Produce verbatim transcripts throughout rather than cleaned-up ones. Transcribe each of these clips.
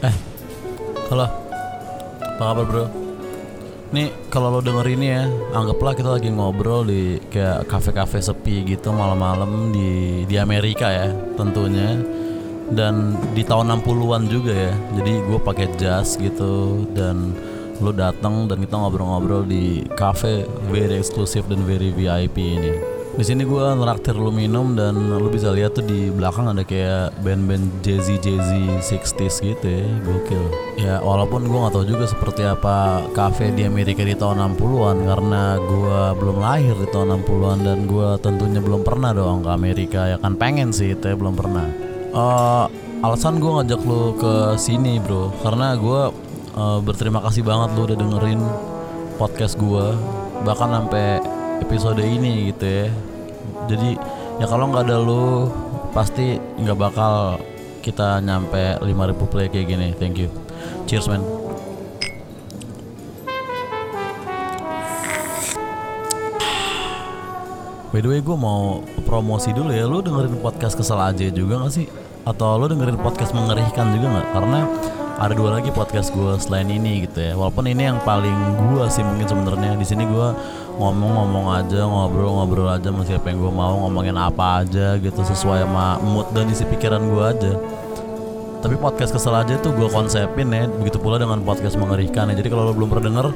Eh, halo, apa kabar bro? Nih kalau lo denger ini ya, anggaplah kita lagi ngobrol di kayak kafe-kafe sepi gitu malam-malam di di Amerika ya tentunya. Dan di tahun enam puluhan juga ya. Jadi gue pakai jas gitu dan lo datang dan kita ngobrol-ngobrol di kafe very eksklusif dan very V I P ini. Di sini gue ngeraktir lu minum dan lu bisa lihat tuh di belakang ada kayak band-band jazzy jazzy sixties gitu ya, gokil. Ya walaupun gue nggak tahu juga seperti apa kafe di Amerika di tahun enam puluhan karena gue belum lahir di tahun enam puluhan dan gue tentunya belum pernah dong ke Amerika, ya kan pengen sih tapi belum pernah. Uh, alasan gue ngajak lu ke sini bro karena gue uh, berterima kasih banget lu udah dengerin podcast gue bahkan sampai episode ini gitu ya. Jadi ya kalau nggak ada lu pasti nggak bakal kita nyampe lima ribu play kayak gini. Thank you. Cheers man. By the way gue mau promosi dulu ya. Lu dengerin podcast Kesel Aja juga gak sih? Atau lu dengerin podcast Mengerikan juga gak? Karena ada dua lagi podcast gue selain ini gitu ya. Walaupun ini yang paling gue sih mungkin sebenarnya. Di sini gue ngomong-ngomong aja, ngobrol-ngobrol aja sama siapa yang gue mau, ngomongin apa aja gitu sesuai sama mood dan isi pikiran gue aja. Tapi podcast Kesel Aja tuh gue konsepin ya. Begitu pula dengan podcast Mengerikan ya. Jadi kalau lu belum pernah denger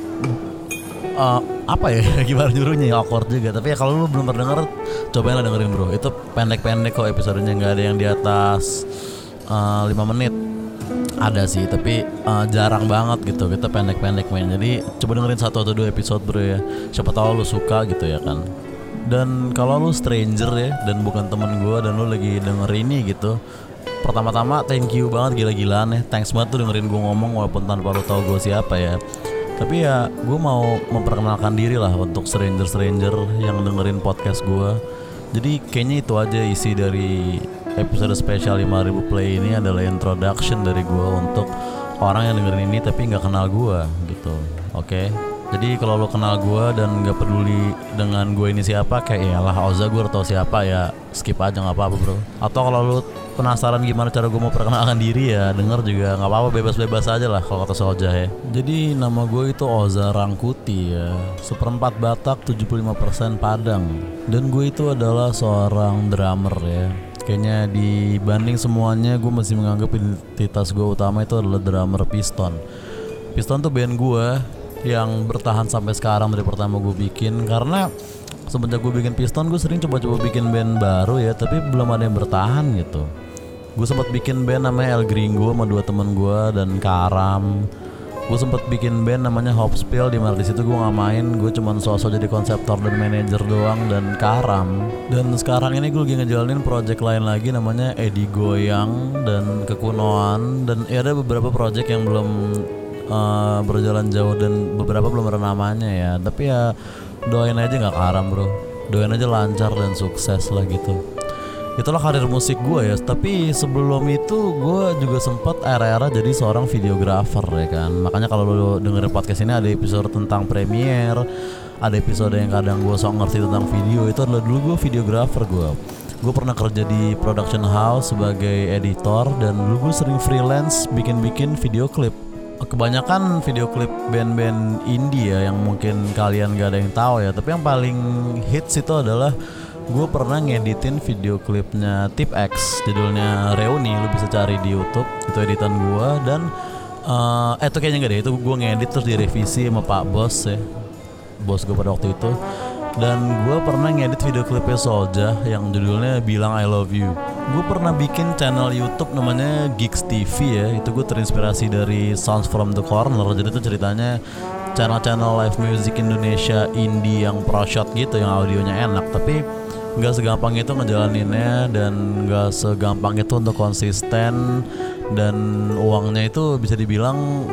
uh, apa ya gimana nyuruhnya ya, awkward juga. Tapi ya kalau lu belum pernah denger cobain lah dengerin bro. Itu pendek-pendek kok episodenya, gak ada yang di atas uh, lima menit. Ada sih tapi uh, jarang banget gitu. Kita pendek-pendek main. Jadi coba dengerin satu atau dua episode bro ya. Siapa tahu lu suka gitu ya kan. Dan kalau lu stranger ya dan bukan temen gue dan lu lagi denger ini gitu, pertama-tama thank you banget gila-gilaan ya. Thanks banget tuh dengerin gue ngomong walaupun tanpa lu tahu gue siapa ya. Tapi ya gue mau memperkenalkan diri lah untuk stranger-stranger yang dengerin podcast gue. Jadi kayaknya itu aja isi dari episode spesial lima ribu play ini adalah introduction dari gue untuk orang yang dengerin ini tapi gak kenal gue gitu. Oke okay? Jadi kalau lo kenal gue dan gak peduli dengan gue ini siapa, kayak yalah Oza gue tau siapa ya skip aja gak apa-apa bro. Atau kalau lo penasaran gimana cara gue mau perkenalkan diri ya denger juga gak apa-apa, bebas-bebas aja lah kalau kata Soja ya. Jadi nama gue itu Oza Rangkuti ya, seperempat Batak, tujuh puluh lima persen Padang. Dan gue itu adalah seorang drummer ya. Kayaknya dibanding semuanya gue masih menganggap identitas gue utama itu adalah drummer Piston. Piston tuh band gue yang bertahan sampai sekarang dari pertama gue bikin. Karena semenjak gue bikin Piston gue sering coba-coba bikin band baru ya, tapi belum ada yang bertahan gitu. Gue sempat bikin band namanya El Gringo sama dua temen gue dan Karam. Gue sempat bikin band namanya Hopspill, di mana di situ gue nggak main, gue cuma sosok jadi konseptor dan manajer doang dan Karam. Dan sekarang ini gue lagi ngejalanin project lain lagi namanya Edi Goyang dan Kekunoan. Dan ya ada beberapa project yang belum uh, berjalan jauh dan beberapa belum ada namanya ya. Tapi ya doain aja nggak Karam bro, doain aja lancar dan sukses lah gitu. Itulah karir musik gue ya. Tapi sebelum itu gue juga sempat era-era jadi seorang videografer ya kan. Makanya kalau lo dengerin podcast ini ada episode tentang premiere, ada episode yang kadang gue sok ngerti tentang video. Itu adalah dulu gue videografer gue. Gue pernah kerja di production house sebagai editor dan dulu gue sering freelance bikin-bikin video klip. Kebanyakan video klip band-band indie ya yang mungkin kalian gak ada yang tahu ya. Tapi yang paling hits itu adalah gue pernah ngeditin video klipnya Tip X, judulnya Reuni, lu bisa cari di YouTube, itu editan gue. Dan uh, eh itu kayaknya gak deh, itu gue ngedit terus direvisi sama Pak Bos ya, bos gue pada waktu itu. Dan gue pernah ngedit video klipnya Soulja yang judulnya Bilang I Love You. Gue pernah bikin channel YouTube namanya Geeks T V ya, itu gue terinspirasi dari Sounds From The Corner. Jadi itu ceritanya channel-channel live music Indonesia indie yang pro shot gitu, yang audionya enak. Tapi gak segampang itu ngejalaninnya dan gak segampang itu untuk konsisten. Dan uangnya itu bisa dibilang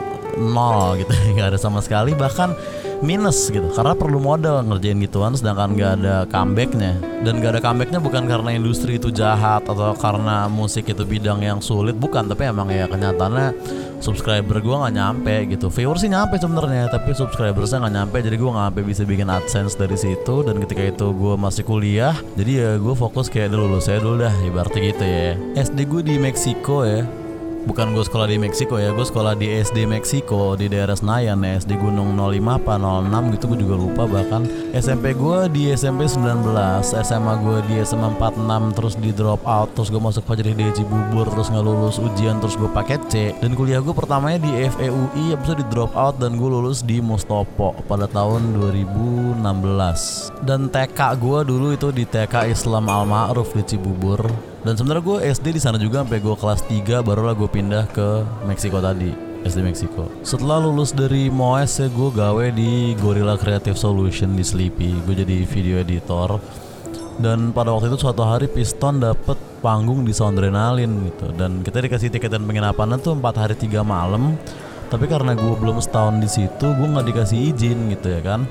nol gitu, gak ada sama sekali, bahkan minus gitu, karena perlu modal ngerjain gituan sedangkan gak ada comebacknya. Dan gak ada comebacknya bukan karena industri itu jahat atau karena musik itu bidang yang sulit, bukan. Tapi emang ya kenyataannya subscriber gue gak nyampe gitu. Viewer sih nyampe sebenarnya, tapi subscribersnya gak nyampe. Jadi gue gak sampai bisa bikin AdSense dari situ. Dan ketika itu gue masih kuliah, jadi ya gue fokus kayak dulu lulus saya dulu dah, ibaratnya gitu ya. S D gue di Meksiko ya. bukan gue sekolah di Meksiko ya, gue sekolah di S D Meksiko di daerah Senayan ya, S D Gunung nol lima apa nol enam gitu, gue juga lupa bahkan. S M P gue di S M P sembilan belas, S M A gue di S M A empat puluh enam, terus di drop out, terus gue masuk Fajri di Cibubur, terus nggak lulus ujian, terus gue paket C. Dan kuliah gue pertamanya di F E U I, habis itu di drop out dan gue lulus di Mustopo pada tahun dua ribu enam belas. Dan T K gue dulu itu di T K Islam Al Ma'ruf di Cibubur. Dan sebenarnya gue S D di sana juga sampai gue kelas tiga, barulah gue pindah ke Meksiko tadi, S D Meksiko. Setelah lulus dari M O E S ya, gue gawe di Gorilla Creative Solution di Sleepy. Gue jadi video editor. Dan pada waktu itu suatu hari Piston dapet panggung di Soundrenalin gitu. Dan kita dikasih tiket dan penginapan tuh empat hari tiga malam. Tapi karena gue belum setahun di situ, gue nggak dikasih izin gitu ya kan.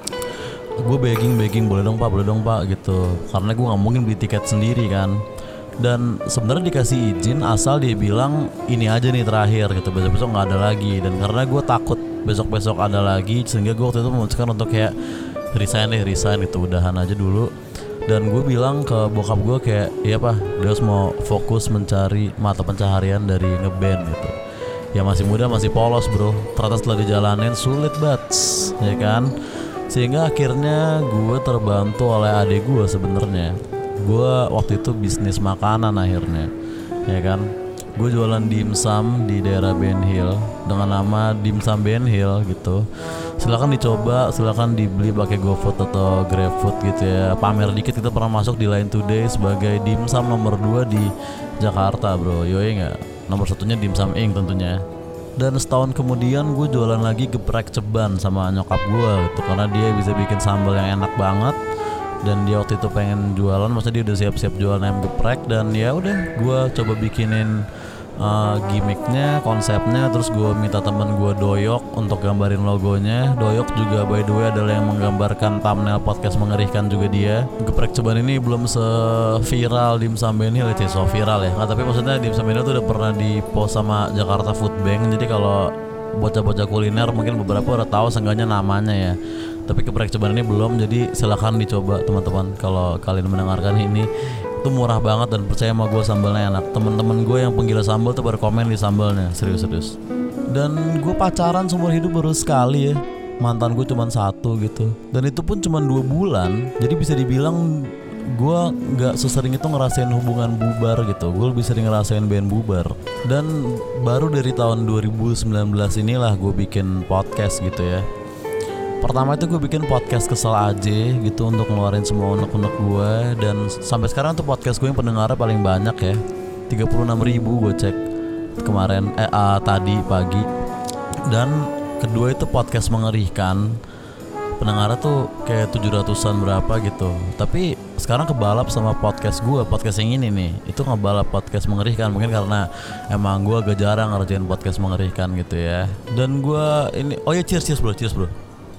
Gue begging begging boleh dong pak, boleh dong pak gitu. Karena gue nggak mungkin beli tiket sendiri kan. Dan sebenarnya dikasih izin asal dia bilang ini aja nih terakhir gitu, besok-besok nggak ada lagi. Dan karena gue takut besok-besok ada lagi, sehingga gue waktu itu memutuskan untuk kayak resign deh, resign gitu, udahan aja dulu. Dan gue bilang ke bokap gue kayak, iya pak, dia mau fokus mencari mata pencaharian dari ngeband gitu. Ya masih muda, masih polos bro. Ternyata setelah dijalanin sulit banget, ya kan. Sehingga akhirnya gue terbantu oleh adik gue sebenarnya. Gue waktu itu bisnis makanan akhirnya, ya kan. Gue jualan dimsum di daerah Ben Hill dengan nama Dimsum Ben Hill gitu. Silakan dicoba, silakan dibeli pakai GoFood atau GrabFood gitu ya. Pamer dikit, kita pernah masuk di Line Today sebagai dimsum nomor dua di Jakarta bro. Yoi nggak? Nomor satunya Dimsum Inc tentunya. Dan setahun kemudian gue jualan lagi geprek ceban sama nyokap gue gitu, karena dia bisa bikin sambal yang enak banget. Dan dia waktu itu pengen jualan, maksudnya dia udah siap-siap jualan ayam geprek. Dan ya udah, gue coba bikinin uh, gimmicknya, konsepnya. Terus gue minta temen gue Doyok untuk gambarin logonya. Doyok juga by the way adalah yang menggambarkan thumbnail podcast mengerikan juga dia. Geprek ceban ini belum se-viral Dimsum Ben Hill, ya so viral ya. Nah, tapi maksudnya Dimsum Ben Hill itu udah pernah di post sama Jakarta Food Bank. Jadi kalau bocah-bocah kuliner mungkin beberapa udah tahu seenggaknya namanya ya. Tapi geprek ceban ini belum, jadi silakan dicoba teman-teman. Kalau kalian mendengarkan ini, itu murah banget dan percaya sama gue sambalnya enak. Temen-temen gue yang penggila sambal tuh berkomen di sambalnya, serius-serius. Dan gue pacaran seumur hidup baru sekali ya, mantan gue cuma satu gitu. Dan itu pun cuma dua bulan, jadi bisa dibilang gue nggak sesering itu ngerasain hubungan bubar gitu. Gue lebih sering ngerasain band bubar. Dan baru dari tahun dua ribu sembilan belas inilah gue bikin podcast gitu ya. Pertama itu gue bikin podcast Kesel Aja gitu untuk ngeluarin semua unek-unek gue. Dan sampai sekarang tuh podcast gue yang pendengarnya paling banyak ya, tiga puluh enam ribu gue cek kemarin, eh uh, tadi pagi. Dan kedua itu podcast Mengerikan, pendengarnya tuh kayak tujuh ratusan berapa gitu. Tapi sekarang kebalap sama podcast gue, podcast yang ini nih, itu ngebalap podcast Mengerikan. Mungkin karena emang gue agak jarang ngerjain podcast Mengerikan gitu ya. Dan gue ini, oh ya cheers cheers bro, cheers bro.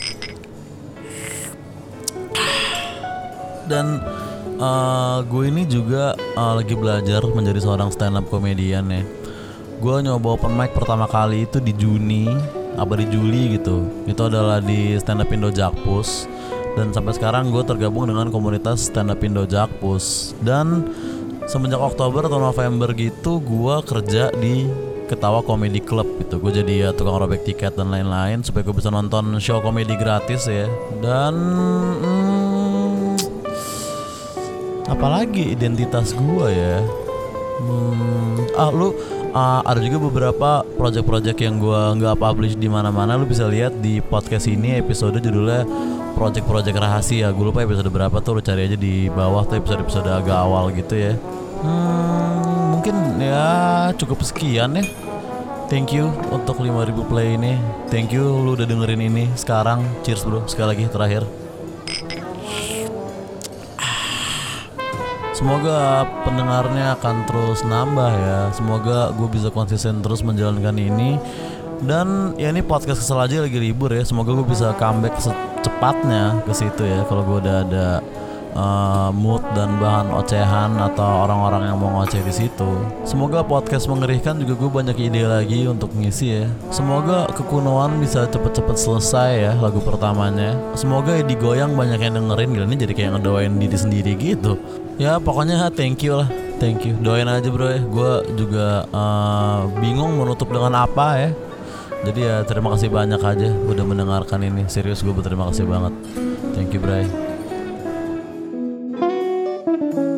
Dan uh, gue ini juga uh, lagi belajar menjadi seorang stand up comedian ya. Gue nyoba open mic pertama kali itu di Juni apa di Juli gitu. Itu adalah di Stand Up Indo Jakpus. Dan sampai sekarang gue tergabung dengan komunitas Stand Up Indo Jakpus. Dan semenjak Oktober atau November gitu gue kerja di Ketawa Comedy Club gitu. Gue jadi ya tukang robek tiket dan lain-lain supaya gue bisa nonton show komedi gratis ya. Dan hmm, apalagi identitas gue ya. Hmm, ah lu uh, ada juga beberapa project-project yang gue nggak publish di mana-mana. Lu bisa lihat di podcast ini episode judulnya project-project rahasia. Gue lupa episode berapa tuh, lu cari aja di bawah tuh episode-episode agak awal gitu ya. Hmm, mungkin ya cukup sekian ya. Thank you untuk lima ribu play ini. Thank you lu udah dengerin ini sekarang. Cheers bro, sekali lagi terakhir. Semoga pendengarnya akan terus nambah ya. Semoga gue bisa konsisten terus menjalankan ini. Dan ya ini podcast Kesel Aja lagi libur ya. Semoga gue bisa comeback secepatnya ke situ ya. Kalau gue udah ada uh, mood dan bahan ocehan atau orang-orang yang mau ngoceh di situ. Semoga podcast Mengerikan juga gue banyak ide lagi untuk ngisi ya. Semoga Kekunoan bisa cepet-cepet selesai ya lagu pertamanya. Semoga ya digoyang banyak yang dengerin. Gila, ini jadi kayak ngedoain diri sendiri gitu. Ya pokoknya thank you lah. thank you. Doain aja bro ya. Gue juga uh, bingung menutup dengan apa ya. Jadi ya terima kasih banyak aja udah mendengarkan ini. Serius gue berterima kasih banget. Thank you bro.